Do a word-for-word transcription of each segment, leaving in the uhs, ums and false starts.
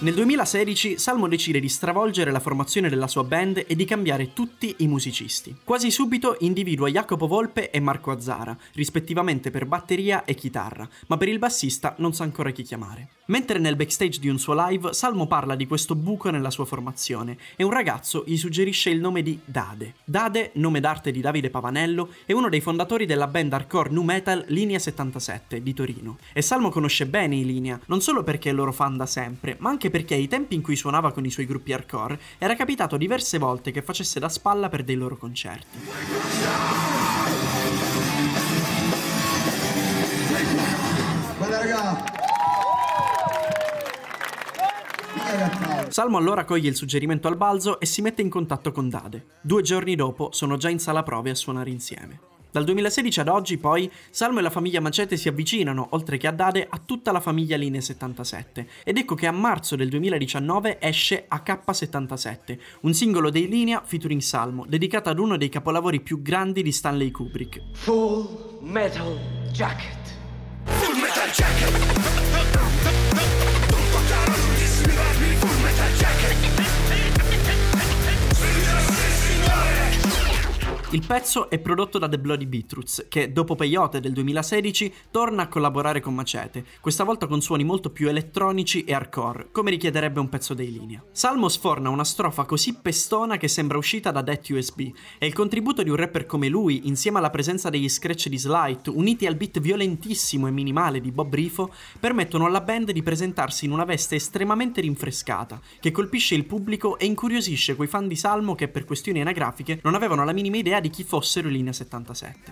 Nel duemilasedici Salmo decide di stravolgere la formazione della sua band e di cambiare tutti i musicisti. Quasi subito individua Jacopo Volpe e Marco Azzara, rispettivamente per batteria e chitarra, ma per il bassista non sa ancora chi chiamare. Mentre nel backstage di un suo live Salmo parla di questo buco nella sua formazione e un ragazzo gli suggerisce il nome di Dade. Dade, nome d'arte di Davide Pavanello, è uno dei fondatori della band hardcore nu metal Linea settantasette di Torino. E Salmo conosce bene i Linea, non solo perché è loro fan da sempre, ma anche perché ai tempi in cui suonava con i suoi gruppi hardcore era capitato diverse volte che facesse da spalla per dei loro concerti. Guarda raga! Salmo allora coglie il suggerimento al balzo e si mette in contatto con Dade. Due giorni dopo sono già in sala prove a suonare insieme. Dal duemilasedici ad oggi, poi, Salmo e la famiglia Macete si avvicinano, oltre che a Dade, a tutta la famiglia Linea settantasette. Ed ecco che a marzo del duemiladiciannove esce A K settantasette, un singolo dei Linea featuring Salmo, dedicato ad uno dei capolavori più grandi di Stanley Kubrick. Full Metal Jacket. Full Metal Jacket. Il pezzo è prodotto da The Bloody Beetroots, che dopo Peyote del duemilasedici torna a collaborare con Macete, questa volta con suoni molto più elettronici e hardcore, come richiederebbe un pezzo dei Linea. Salmo sforna una strofa così pestona che sembra uscita da Det U S B, e il contributo di un rapper come lui, insieme alla presenza degli scratch di Slight, uniti al beat violentissimo e minimale di Bob Rifo, permettono alla band di presentarsi in una veste estremamente rinfrescata, che colpisce il pubblico e incuriosisce quei fan di Salmo che per questioni anagrafiche non avevano la minima idea di chi fossero i Linea settantasette.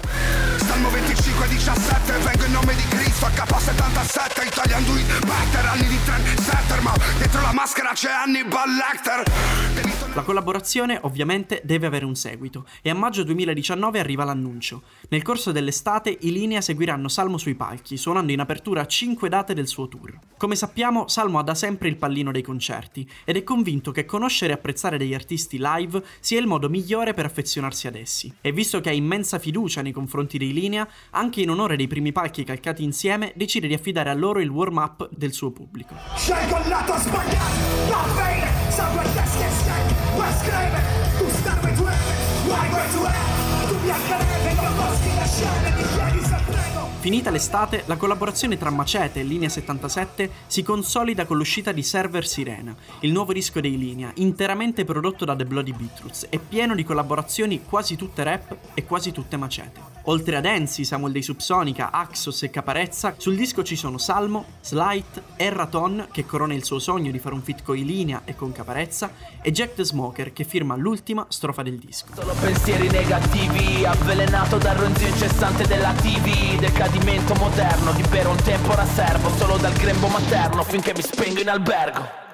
Salmo venticinque diciassette, vengo in nome di Cristo, A K settantasette, Italian do it better, anni di trendsetter, ma dietro la maschera c'è Hannibal Lecter. La collaborazione ovviamente deve avere un seguito e a maggio duemiladiciannove arriva l'annuncio. Nel corso dell'estate i Linea seguiranno Salmo sui palchi, suonando in apertura a cinque date del suo tour. Come sappiamo, Salmo ha da sempre il pallino dei concerti ed è convinto che conoscere e apprezzare degli artisti live sia il modo migliore per affezionarsi ad essi. E visto che ha immensa fiducia nei confronti dei Linea, anche in onore dei primi palchi calcati insieme, decide di affidare a loro il warm-up del suo pubblico. Scelgo il lato sbagliato, va bene, sangue e testa e schiena. Puoi scrivere, tu starmi due, vai vai tu è, tu biancaneve, non boschi le scene, mi chiedi se prego. Finita l'estate, la collaborazione tra Macete e Linea settantasette si consolida con l'uscita di Server Sirena, il nuovo disco dei Linea, interamente prodotto da The Bloody Beetroots e pieno di collaborazioni quasi tutte rap e quasi tutte Macete. Oltre ad Enzi, Samuel dei Subsonica, Axos e Caparezza, sul disco ci sono Salmo, Slight, Erraton, che corona il suo sogno di fare un feat con i Linea e con Caparezza, e Jack the Smoker, che firma l'ultima strofa del disco. Solo pensieri negativi, avvelenato dal ronzio incessante della T V, decadimento moderno, di bere un tempo da servo, solo dal grembo materno finché mi spengo in albergo.